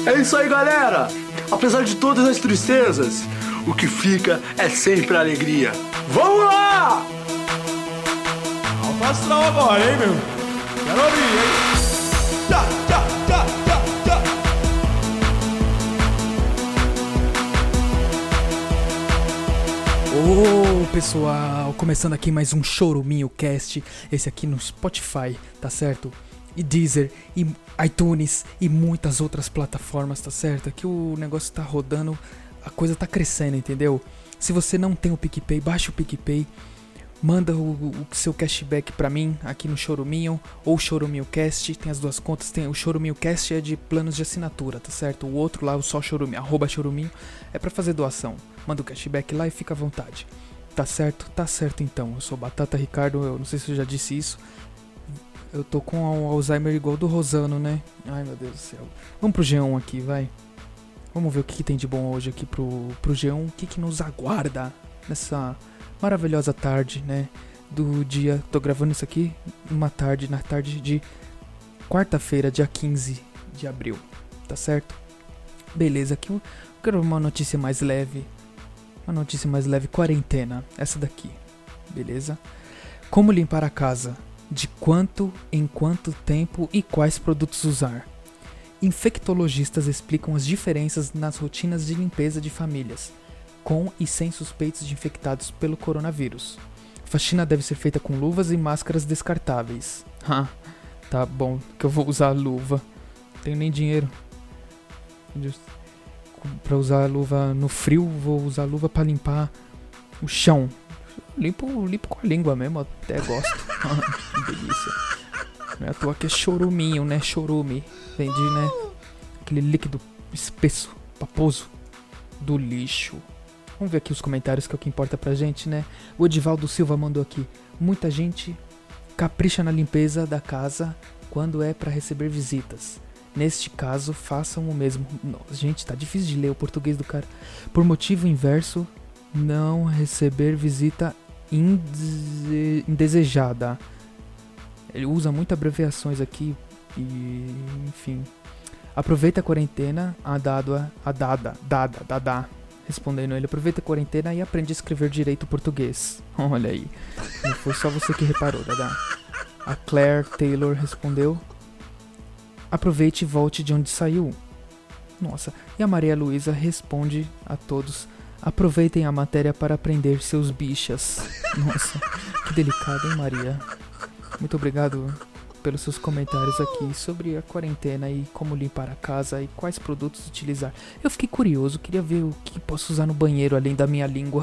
É isso aí, galera! Apesar de todas as tristezas, o que fica é sempre a alegria. Vamos lá! Alto astral agora, hein, meu? Quero ouvir, hein? Tchá, tchá, tchá, tchá, tchá. Ô pessoal, começando aqui mais um Choruminho Cast, esse aqui no Spotify, tá certo? E Deezer, e iTunes, e muitas outras plataformas, tá certo? Aqui o negócio tá rodando, a coisa tá crescendo, entendeu? Se você não tem o PicPay, baixa o PicPay, manda o seu cashback pra mim aqui no Choruminho ou Choruminho Cast, tem as duas contas, tem o Choruminho Cast é de planos de assinatura, tá certo? O outro lá, o só Choruminho, @Choruminho, é pra fazer doação. Manda o cashback lá e fica à vontade. Tá certo? Tá certo então. Eu sou Batata Ricardo, eu não sei se eu já disse isso. Eu tô com Alzheimer igual do Rosano, né? Ai meu Deus do céu. Vamos pro G1 aqui, vai. Vamos ver o que tem de bom hoje aqui pro G1. O que nos aguarda nessa maravilhosa tarde, né? Do dia. Tô gravando isso aqui na tarde de quarta-feira, dia 15 de abril. Tá certo? Beleza, aqui eu quero uma notícia mais leve. Uma notícia mais leve, quarentena. Essa daqui. Beleza? Como limpar a casa? De quanto, em quanto tempo e quais produtos usar? Infectologistas explicam as diferenças nas rotinas de limpeza de famílias, com e sem suspeitos de infectados pelo coronavírus. Faxina deve ser feita com luvas e máscaras descartáveis. Tá bom, que eu vou usar luva. Não tenho nem dinheiro pra usar a luva no frio, vou usar a luva pra limpar o chão. Limpo com a língua mesmo, até gosto. Que delícia. Não é à toa que é choruminho, né? Chorume. Vem de, né? Aquele líquido espesso, paposo do lixo. Vamos ver aqui os comentários, que é o que importa pra gente, né? O Edivaldo Silva mandou aqui. Muita gente capricha na limpeza da casa quando é pra receber visitas. Neste caso, façam o mesmo. Nossa, gente, tá difícil de ler o português do cara. Por motivo inverso, não receber visita indesejada. Ele usa muitas abreviações aqui e, enfim. Aproveita a quarentena, respondendo ele, aproveita a quarentena e aprende a escrever direito português. Olha aí, não foi só você que reparou, Dada. A Claire Taylor respondeu, aproveite e volte de onde saiu. Nossa, e a Maria Luísa responde a todos, aproveitem a matéria para aprender seus bichas. Nossa, que delicado, hein, Maria? Muito obrigado pelos seus comentários aqui sobre a quarentena e como limpar a casa e quais produtos utilizar. Eu fiquei curioso, queria ver o que posso usar no banheiro além da minha língua.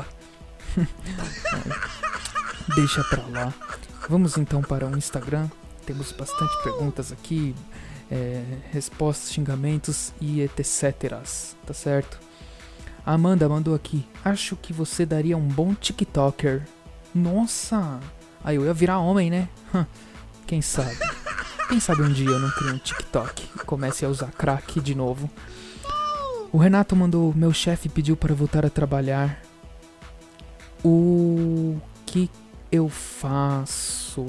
Deixa pra lá. Vamos então para o Instagram. Temos bastante perguntas aqui, respostas, xingamentos e etc. Tá certo? A Amanda mandou aqui. Acho que você daria um bom TikToker. Nossa! Aí eu ia virar homem, né? Quem sabe? Quem sabe um dia eu não crio um TikTok e comece a usar crack de novo. O Renato mandou, meu chefe pediu para voltar a trabalhar. O que eu faço?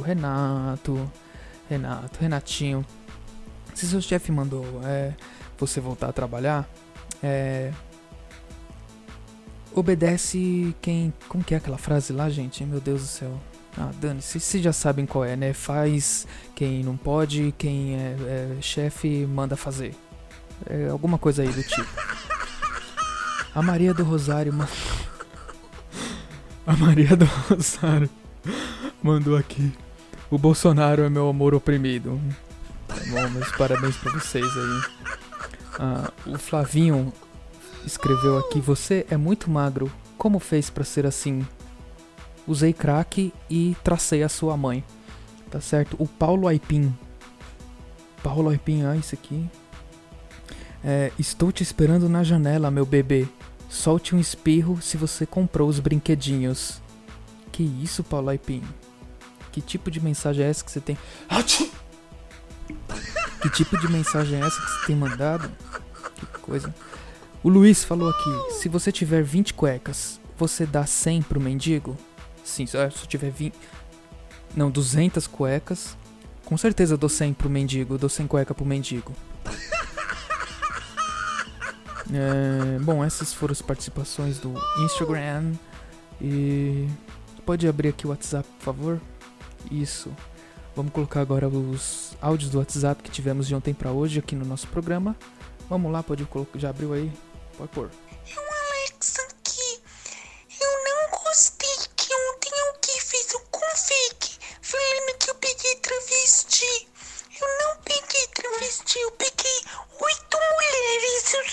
Renatinho. Se seu chefe mandou você voltar a trabalhar, obedece quem... Como que é aquela frase lá, gente? Meu Deus do céu. Dane-se, vocês já sabem qual é, né? Faz quem não pode, quem é chefe manda fazer. Alguma coisa aí do tipo. A Maria do Rosário mandou aqui. O Bolsonaro é meu amor oprimido. Tá bom, meus parabéns pra vocês aí. O Flavinho escreveu aqui, você é muito magro. Como fez pra ser assim? Usei crack e tracei a sua mãe. Tá certo? O Paulo Aipim, isso aqui. Estou te esperando na janela, meu bebê. Solte um espirro se você comprou os brinquedinhos. Que isso, Paulo Aipim? Que tipo de mensagem é essa que você tem? Que tipo de mensagem é essa que você tem mandado? Que coisa. O Luiz falou aqui. Se você tiver 20 cuecas, você dá 100 pro mendigo? Sim, se eu tiver 200 cuecas, com certeza eu dou 100 pro mendigo, eu dou 100 cueca pro mendigo. Bom, essas foram as participações do Instagram. E pode abrir aqui o WhatsApp, por favor? Isso. Vamos colocar agora os áudios do WhatsApp que tivemos de ontem pra hoje aqui no nosso programa. Vamos lá, pode colocar. Já abriu aí? Pode pôr. É o Alex aqui. Eu não gostei que ontem alguém fez um confique falando que eu peguei travesti. Eu não peguei travesti, eu peguei 8 mulheres. Eu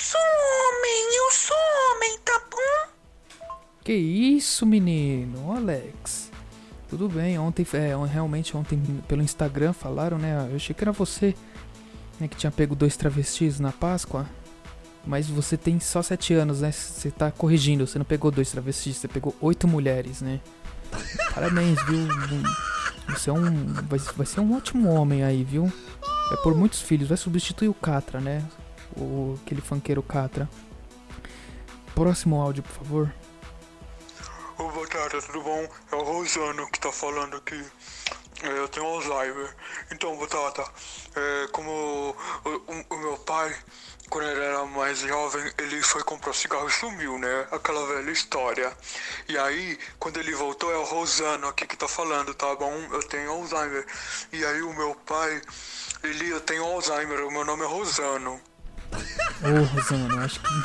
sou homem, tá bom? Que isso, menino? Alex. Tudo bem, realmente ontem pelo Instagram falaram, né? Eu achei que era você, né, que tinha pego 2 travestis na Páscoa. Mas você tem só 7 anos, né? Você tá corrigindo, você não pegou 2 travestis, você pegou 8 mulheres, né? Parabéns, viu? Você vai ser um ótimo homem aí, viu? Vai pôr muitos filhos, vai substituir o Catra, né? Aquele funkeiro Catra. Próximo áudio, por favor. Ô Batata, tudo bom? É o Rosano que tá falando aqui. Eu tenho Alzheimer. Então, Batata, como o meu pai, quando ele era mais jovem, ele foi comprar cigarro e sumiu, né? Aquela velha história. E aí, quando ele voltou, é o Rosano aqui que tá falando, tá bom? Eu tenho Alzheimer. E aí, o meu pai, eu tenho Alzheimer, o meu nome é Rosano. Rosano, acho que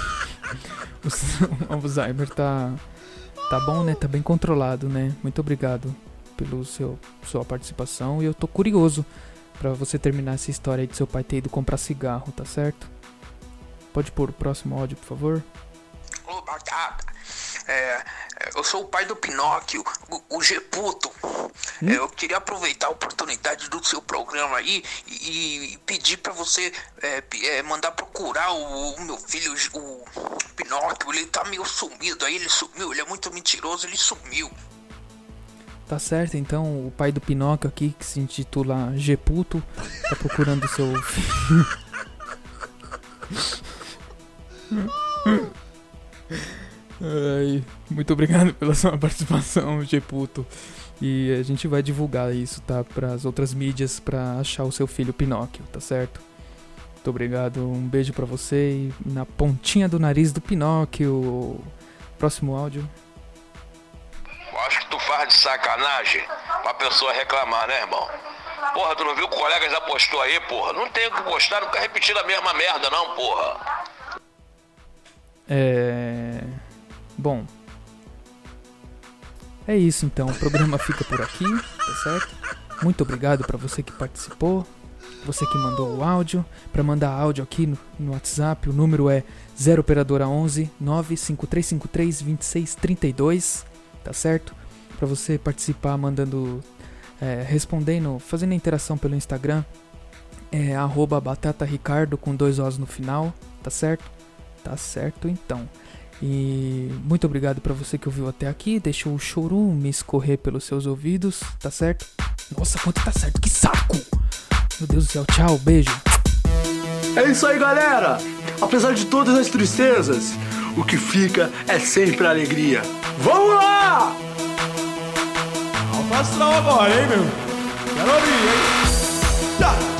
o Alzheimer tá bom, né? Tá bem controlado, né? Muito obrigado pela sua participação. E eu tô curioso pra você terminar essa história aí de seu pai ter ido comprar cigarro, tá certo? Pode pôr o próximo áudio, por favor. Ô, Batata, eu sou o pai do Pinóquio, o Geputo. Eu queria aproveitar a oportunidade do seu programa aí e pedir pra você mandar procurar o meu filho, o Pinóquio. Ele tá meio sumido aí, ele sumiu, ele é muito mentiroso, ele sumiu. Tá certo, então o pai do Pinóquio aqui, que se intitula Geputo, tá procurando o seu filho. Muito obrigado pela sua participação, Geputo. E a gente vai divulgar isso, tá? Para as outras mídias, pra achar o seu filho Pinóquio, tá certo? Muito obrigado, um beijo pra você e na pontinha do nariz do Pinóquio. Próximo áudio. Eu acho que tu faz de sacanagem pra pessoa reclamar, né, irmão? Porra, tu não viu que o colega já postou aí, porra? Não tem o que postar, não fica repetindo a mesma merda não, porra. Bom, é isso então, o programa fica por aqui, tá certo? Muito obrigado pra você que participou, você que mandou o áudio. Pra mandar áudio aqui no WhatsApp, o número é 0 operadora 11 95353 2632, tá certo? Pra você participar mandando, respondendo, fazendo a interação pelo Instagram, @batataricardo com 2 Os no final, tá certo? Tá certo então. E muito obrigado pra você que ouviu até aqui, deixou o chorume escorrer pelos seus ouvidos, tá certo? Nossa, quanto tá certo, que saco! Meu Deus do céu, tchau, beijo. É isso aí, galera! Apesar de todas as tristezas, o que fica é sempre a alegria. Vamos lá! Alfa astral agora, hein, meu? Quero ouvir, hein? Tá!